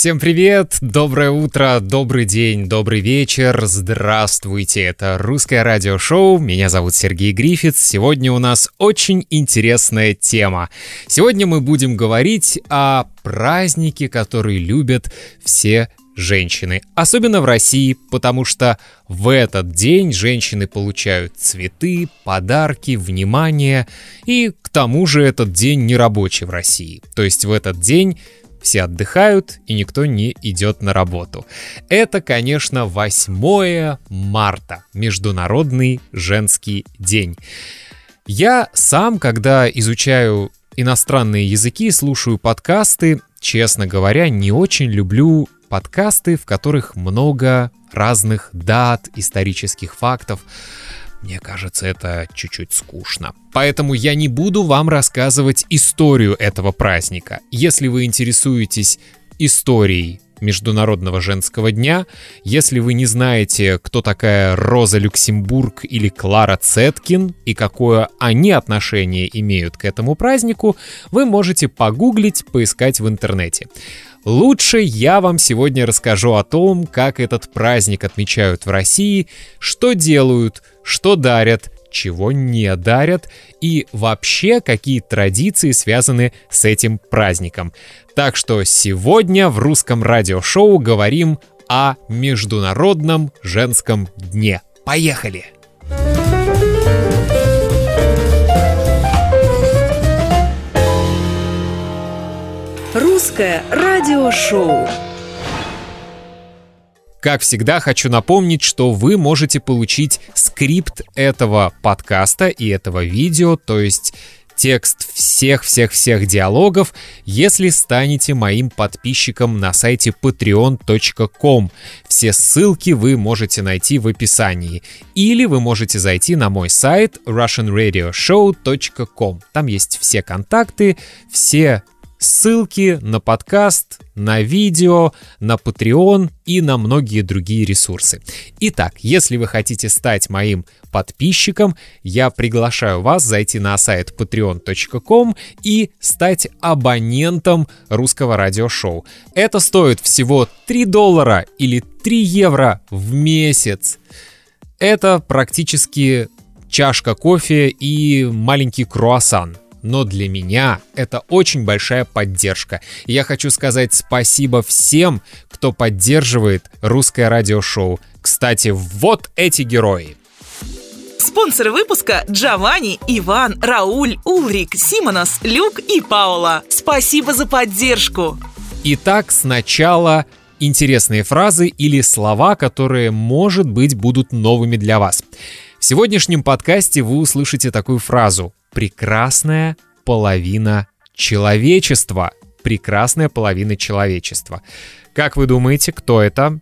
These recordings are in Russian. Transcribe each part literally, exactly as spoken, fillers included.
Всем привет, доброе утро, добрый день, добрый вечер, здравствуйте, это Русское радиошоу, меня зовут Сергей Гриффитс, сегодня у нас очень интересная тема. Сегодня мы будем говорить о празднике, который любят все женщины, особенно в России, потому что в этот день женщины получают цветы, подарки, внимание, и к тому же этот день не рабочий в России, то есть в этот день все отдыхают, и никто не идет на работу. Это, конечно, восьмое марта, Международный женский день. Я сам, когда изучаю иностранные языки, слушаю подкасты, честно говоря, не очень люблю подкасты, в которых много разных дат, исторических фактов. Мне кажется, это чуть-чуть скучно. Поэтому я не буду вам рассказывать историю этого праздника. Если вы интересуетесь историей Международного женского дня, если вы не знаете, кто такая Роза Люксембург или Клара Цеткин и какое они отношение имеют к этому празднику, вы можете погуглить, поискать в интернете. Лучше я вам сегодня расскажу о том, как этот праздник отмечают в России, что делают, что дарят, чего не дарят и вообще какие традиции связаны с этим праздником. Так что сегодня в Русском радиошоу говорим о Международном женском дне. Поехали! Русское радиошоу. Как всегда, хочу напомнить, что вы можете получить скрипт этого подкаста и этого видео, то есть текст всех-всех-всех диалогов, если станете моим подписчиком на сайте патреон точка ком. Все ссылки вы можете найти в описании. Или вы можете зайти на мой сайт russian radio show точка ком. Там есть все контакты, все ссылки на подкаст, на видео, на Patreon и на многие другие ресурсы. Итак, если вы хотите стать моим подписчиком, я приглашаю вас зайти на сайт патреон точка ком и стать абонентом Русского радиошоу. Это стоит всего три доллара или три евро в месяц. Это практически чашка кофе и маленький круассан. Но для меня это очень большая поддержка. И я хочу сказать спасибо всем, кто поддерживает Русское радиошоу. Кстати, вот эти герои. Спонсоры выпуска — Джованни, Иван, Рауль, Улрик, Симонос, Люк и Паула. Спасибо за поддержку. Итак, сначала интересные фразы или слова, которые, может быть, будут новыми для вас. В сегодняшнем подкасте вы услышите такую фразу: «Прекрасная половина человечества». Прекрасная половина человечества. Как вы думаете, кто это?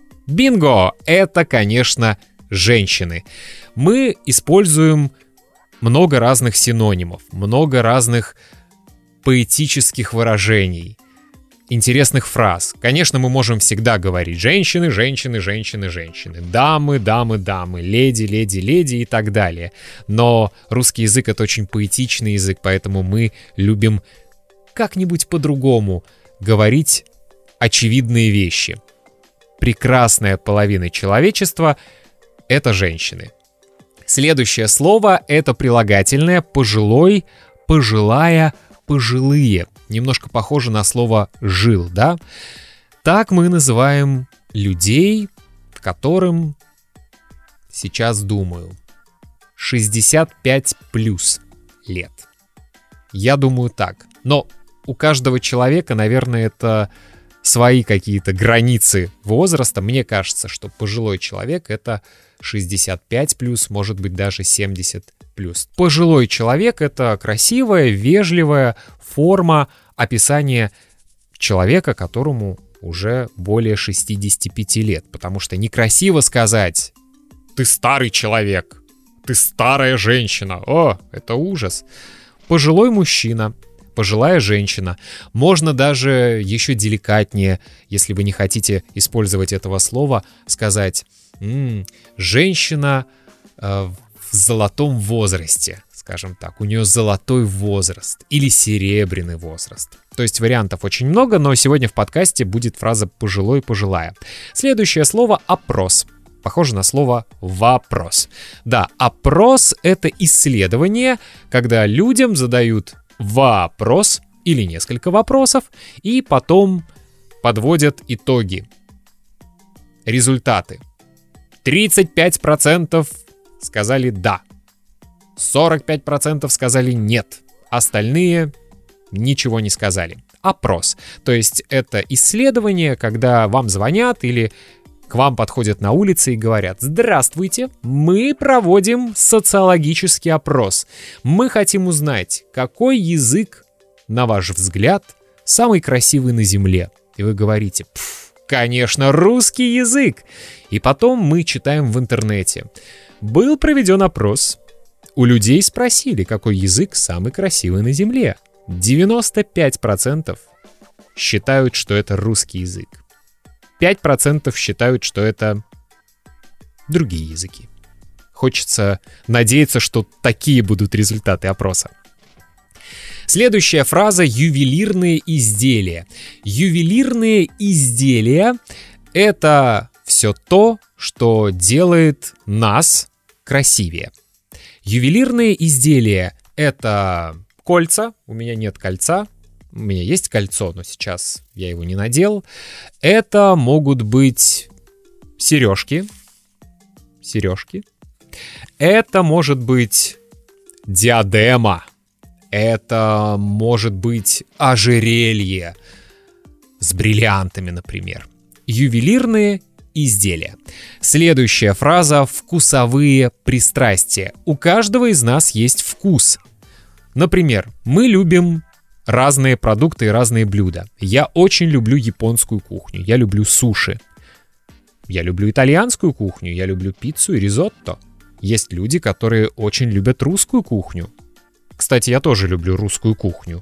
Бинго! Это, конечно, женщины. Мы используем много разных синонимов, много разных поэтических выражений, интересных фраз. Конечно, мы можем всегда говорить женщины, женщины, женщины, женщины, дамы, дамы, дамы, леди, леди, леди и так далее. Но русский язык — это очень поэтичный язык, поэтому мы любим как-нибудь по-другому говорить очевидные вещи. Прекрасная половина человечества — это женщины. Следующее слово — это прилагательное «пожилой», «пожилая», «пожилые». Немножко похоже на слово «жил», да? Так мы называем людей, которым, сейчас думаю, шестьдесят пять плюс лет. Я думаю так. Но у каждого человека, наверное, это свои какие-то границы возраста. Мне кажется, что пожилой человек — это шестьдесят пять плюс, может быть, даже семьдесят плюс. Пожилой человек — это красивая, вежливая форма описания человека, которому уже более шестьдесят пять лет. Потому что некрасиво сказать: «Ты старый человек», «Ты старая женщина». О, это ужас. Пожилой мужчина, пожилая женщина. Можно даже еще деликатнее, если вы не хотите использовать этого слова, сказать «М-м, женщина э, в золотом возрасте», скажем так, у нее золотой возраст или серебряный возраст. То есть вариантов очень много, но сегодня в подкасте будет фраза «пожилой-пожилая». Следующее слово «опрос». Похоже на слово «вопрос». Да, опрос — это исследование, когда людям задают вопрос или несколько вопросов, и потом подводят итоги. Результаты. тридцать пять процентов сказали «да», сорок пять процентов сказали «нет», остальные ничего не сказали. Опрос. То есть это исследование, когда вам звонят или к вам подходят на улице и говорят: «Здравствуйте, мы проводим социологический опрос. Мы хотим узнать, какой язык, на ваш взгляд, самый красивый на Земле». И вы говорите: «Пф, конечно, русский язык». И потом мы читаем в интернете. Был проведен опрос. У людей спросили, какой язык самый красивый на Земле. девяносто пять процентов считают, что это русский язык. пять процентов считают, что это другие языки. Хочется надеяться, что такие будут результаты опроса. Следующая фраза — ювелирные изделия. Ювелирные изделия — это все то, что делает нас красивее. Ювелирные изделия — это кольца. У меня нет кольца. У меня есть кольцо, но сейчас я его не надел. Это могут быть сережки. Сережки. Это может быть диадема. Это может быть ожерелье с бриллиантами, например. Ювелирные изделия. Следующая фраза — вкусовые пристрастия. У каждого из нас есть вкус. Например, мы любим разные продукты и разные блюда. Я очень люблю японскую кухню, я люблю суши. Я люблю итальянскую кухню, я люблю пиццу и ризотто. Есть люди, которые очень любят русскую кухню. Кстати, я тоже люблю русскую кухню.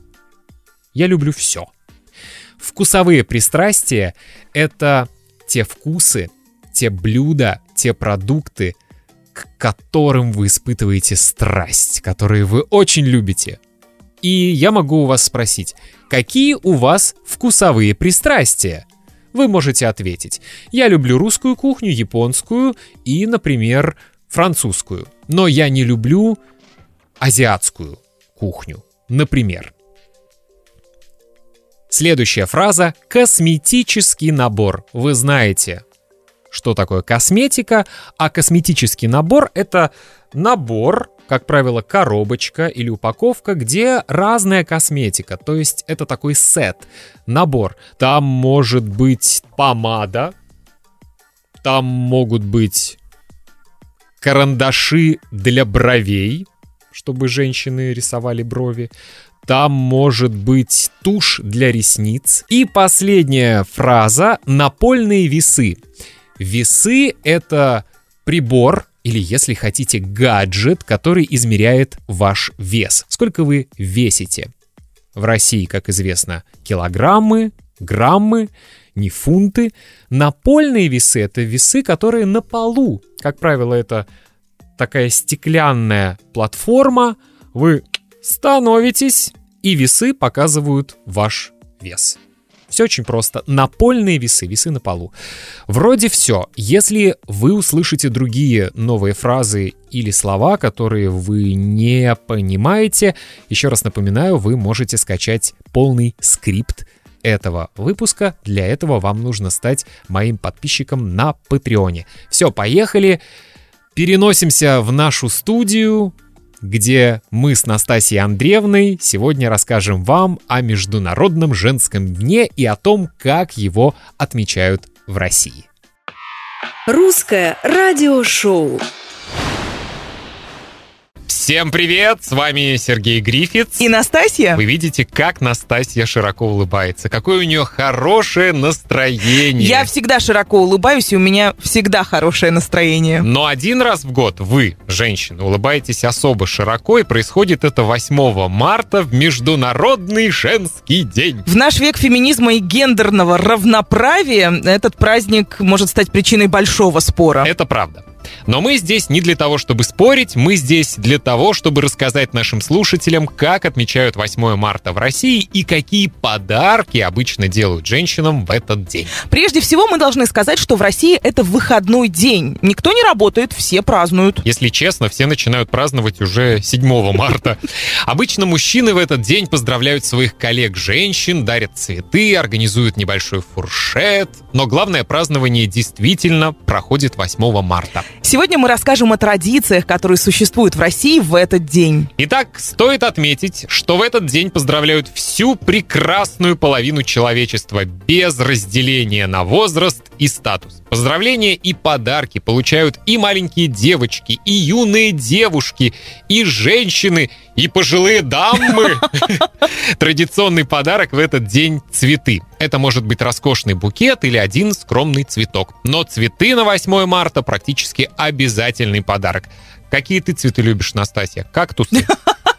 Я люблю все. Вкусовые пристрастия — это те вкусы, те блюда, те продукты, к которым вы испытываете страсть, которые вы очень любите. И я могу у вас спросить, какие у вас вкусовые пристрастия? Вы можете ответить: я люблю русскую кухню, японскую и, например, французскую. Но я не люблю азиатскую кухню, например. Следующая фраза — косметический набор. Вы знаете, что такое косметика, а косметический набор — это набор, как правило, коробочка или упаковка, где разная косметика. То есть это такой сет, набор. Там может быть помада, там могут быть карандаши для бровей, чтобы женщины рисовали брови. Там может быть тушь для ресниц. И последняя фраза — напольные весы. Весы — это прибор, или, если хотите, гаджет, который измеряет ваш вес. Сколько вы весите? В России, как известно, килограммы, граммы, не фунты. Напольные весы — это весы, которые на полу. Как правило, это такая стеклянная платформа. Вы становитесь, и весы показывают ваш вес. Все очень просто. Напольные весы, весы на полу. Вроде все. Если вы услышите другие новые фразы или слова, которые вы не понимаете, еще раз напоминаю, вы можете скачать полный скрипт этого выпуска. Для этого вам нужно стать моим подписчиком на Патреоне. Все, поехали. Переносимся в нашу студию, где мы с Настасьей Андреевной сегодня расскажем вам о Международном женском дне и о том, как его отмечают в России. Русское радиошоу. Всем привет! С вами Сергей Гриффитс. И Настасья. Вы видите, как Настасья широко улыбается. Какое у нее хорошее настроение. Я всегда широко улыбаюсь, и у меня всегда хорошее настроение. Но один раз в год вы, женщины, улыбаетесь особо широко, и происходит это восьмого марта в Международный женский день. В наш век феминизма и гендерного равноправия этот праздник может стать причиной большого спора. Это правда. Но мы здесь не для того, чтобы спорить, мы здесь для того, чтобы рассказать нашим слушателям, как отмечают восьмое марта в России и какие подарки обычно делают женщинам в этот день. Прежде всего, мы должны сказать, что в России это выходной день. Никто не работает, все празднуют. Если честно, все начинают праздновать уже седьмого марта. Обычно мужчины в этот день поздравляют своих коллег-женщин, дарят цветы, организуют небольшой фуршет. Но главное празднование действительно проходит восьмого марта. Сегодня мы расскажем о традициях, которые существуют в России в этот день. Итак, стоит отметить, что в этот день поздравляют всю прекрасную половину человечества без разделения на возраст и статус. Поздравления и подарки получают и маленькие девочки, и юные девушки, и женщины, и пожилые дамы. Традиционный подарок в этот день — цветы. Это может быть роскошный букет или один скромный цветок. Но цветы на восьмое марта практически обязательный подарок. Какие ты цветы любишь, Настасья? Кактусы?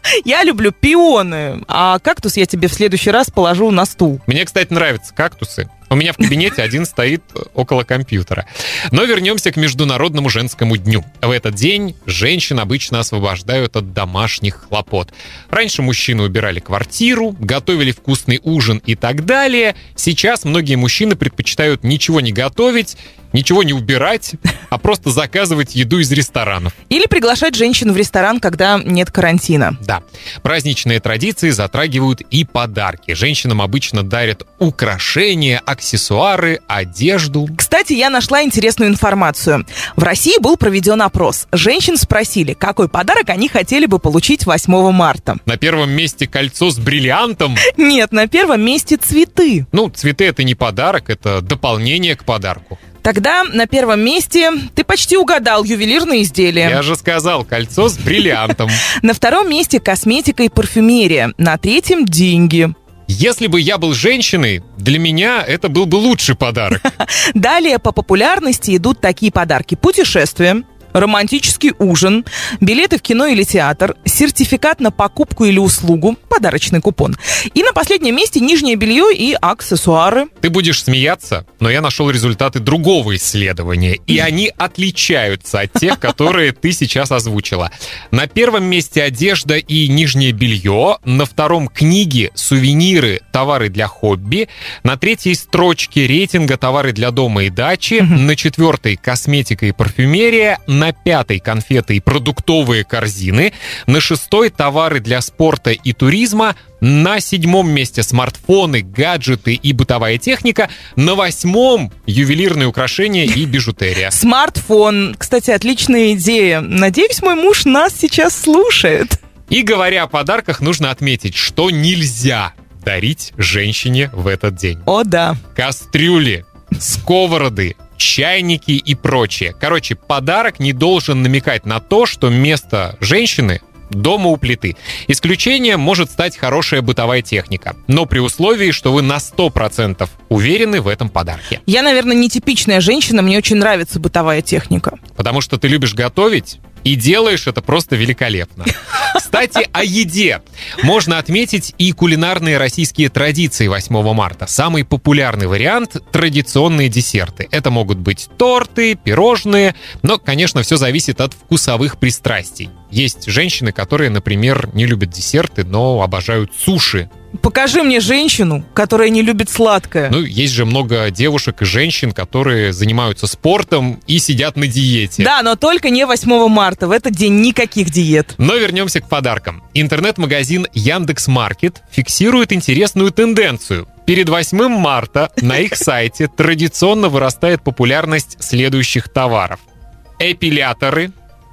Я люблю пионы, а кактус я тебе в следующий раз положу на стул. Мне, кстати, нравятся кактусы. У меня в кабинете один стоит около компьютера. Но вернемся к Международному женскому дню. В этот день женщин обычно освобождают от домашних хлопот. Раньше мужчины убирали квартиру, готовили вкусный ужин и так далее. Сейчас многие мужчины предпочитают ничего не готовить, ничего не убирать, а просто заказывать еду из ресторанов. Или приглашать женщин в ресторан, когда нет карантина. Да. Праздничные традиции затрагивают и подарки. Женщинам обычно дарят украшения, аксессуары, одежду. Кстати, я нашла интересную информацию. В России был проведен опрос. Женщин спросили, какой подарок они хотели бы получить восьмого марта. На первом месте кольцо с бриллиантом. Нет, на первом месте цветы. Ну, цветы — это не подарок, это дополнение к подарку. Тогда на первом месте ты почти угадал ювелирные изделия. Я же сказал, кольцо с бриллиантом. На втором месте косметика и парфюмерия. На третьем — деньги. Если бы я был женщиной, для меня это был бы лучший подарок. Далее по популярности идут такие подарки: путешествия, романтический ужин, билеты в кино или театр, сертификат на покупку или услугу, подарочный купон. И на последнем месте нижнее белье и аксессуары. Ты будешь смеяться, но я нашел результаты другого исследования, и они отличаются от тех, которые ты сейчас озвучила. На первом месте одежда и нижнее белье, на втором — книги, сувениры, товары для хобби, на третьей строчке рейтинга товары для дома и дачи, на четвертой — косметика и парфюмерия, на пятой — конфеты и продуктовые корзины, на шестой — товары для спорта и туризма, на седьмом месте — смартфоны, гаджеты и бытовая техника, на восьмом — ювелирные украшения и бижутерия. Смартфон. Кстати, отличная идея. Надеюсь, мой муж нас сейчас слушает. И говоря о подарках, нужно отметить, что нельзя дарить женщине в этот день. О, да. Кастрюли, сковороды, чайники и прочее. Короче, подарок не должен намекать на то, что место женщины дома у плиты. Исключением может стать хорошая бытовая техника, но при условии, что вы на сто процентов уверены в этом подарке. Я, наверное, нетипичная женщина, мне очень нравится бытовая техника. Потому что ты любишь готовить и делаешь это просто великолепно. Кстати, о еде. Можно отметить и кулинарные российские традиции восьмого марта. Самый популярный вариант — традиционные десерты. Это могут быть торты, пирожные, но, конечно, все зависит от вкусовых пристрастий. Есть женщины, которые, например, не любят десерты, но обожают суши. Покажи мне женщину, которая не любит сладкое. Ну, есть же много девушек и женщин, которые занимаются спортом и сидят на диете. Да, но только не восьмого марта. В этот день никаких диет. Но вернемся к подаркам. Интернет-магазин Яндекс.Маркет фиксирует интересную тенденцию. Перед восьмым марта на их сайте традиционно вырастает популярность следующих товаров: эпиляторы,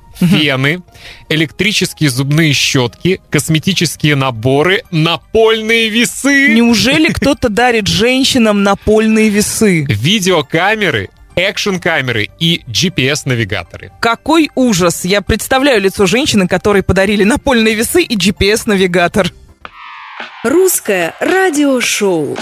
фены, электрические зубные щетки, косметические наборы, напольные весы. Неужели кто-то дарит женщинам напольные весы? Видеокамеры, экшн-камеры и джи пи эс-навигаторы. Какой ужас! Я представляю лицо женщины, которой подарили напольные весы и джи пи эс-навигатор. Русское радиошоу.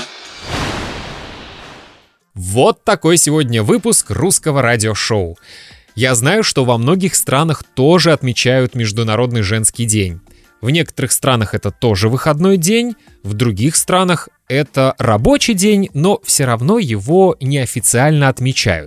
Вот такой сегодня выпуск русского радиошоу. Я знаю, что во многих странах тоже отмечают Международный женский день. В некоторых странах это тоже выходной день, в других странах это рабочий день, но все равно его неофициально отмечают.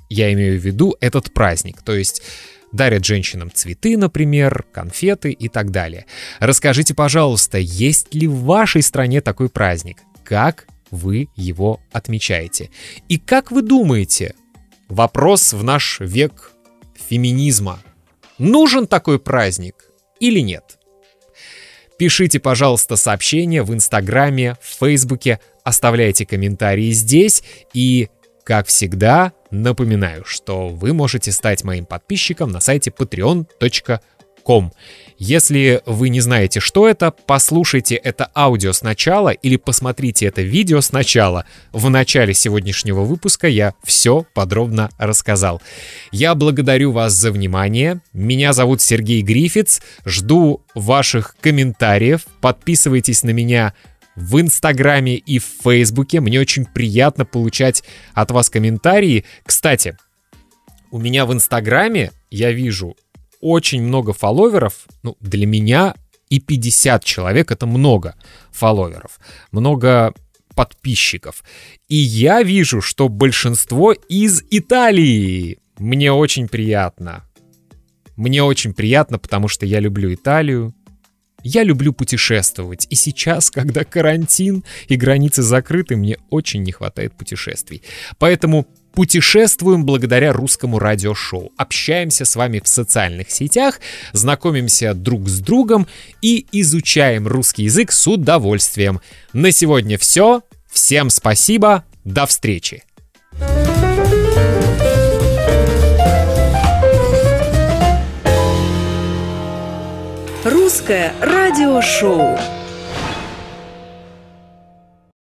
Я имею в виду этот праздник, то есть дарят женщинам цветы, например, конфеты и так далее. Расскажите, пожалуйста, есть ли в вашей стране такой праздник? Как вы его отмечаете? И как вы думаете, вопрос в наш век феминизма, нужен такой праздник или нет? Пишите, пожалуйста, сообщения в Инстаграме, в Фейсбуке, оставляйте комментарии здесь и, как всегда, напоминаю, что вы можете стать моим подписчиком на сайте патреон точка ком. Если вы не знаете, что это, послушайте это аудио сначала или посмотрите это видео сначала. В начале сегодняшнего выпуска я все подробно рассказал. Я благодарю вас за внимание. Меня зовут Сергей Грифиц. Жду ваших комментариев. Подписывайтесь на меня в Инстаграме и в Фейсбуке. Мне очень приятно получать от вас комментарии. Кстати, у меня в Инстаграме я вижу очень много фолловеров. Ну, для меня и пятьдесят человек — это много фолловеров, много подписчиков. И я вижу, что большинство из Италии. Мне очень приятно. Мне очень приятно, потому что я люблю Италию. Я люблю путешествовать, и сейчас, когда карантин и границы закрыты, мне очень не хватает путешествий. Поэтому путешествуем благодаря русскому радиошоу. Общаемся с вами в социальных сетях, знакомимся друг с другом и изучаем русский язык с удовольствием. На сегодня все. Всем спасибо. До встречи. Русское радиошоу.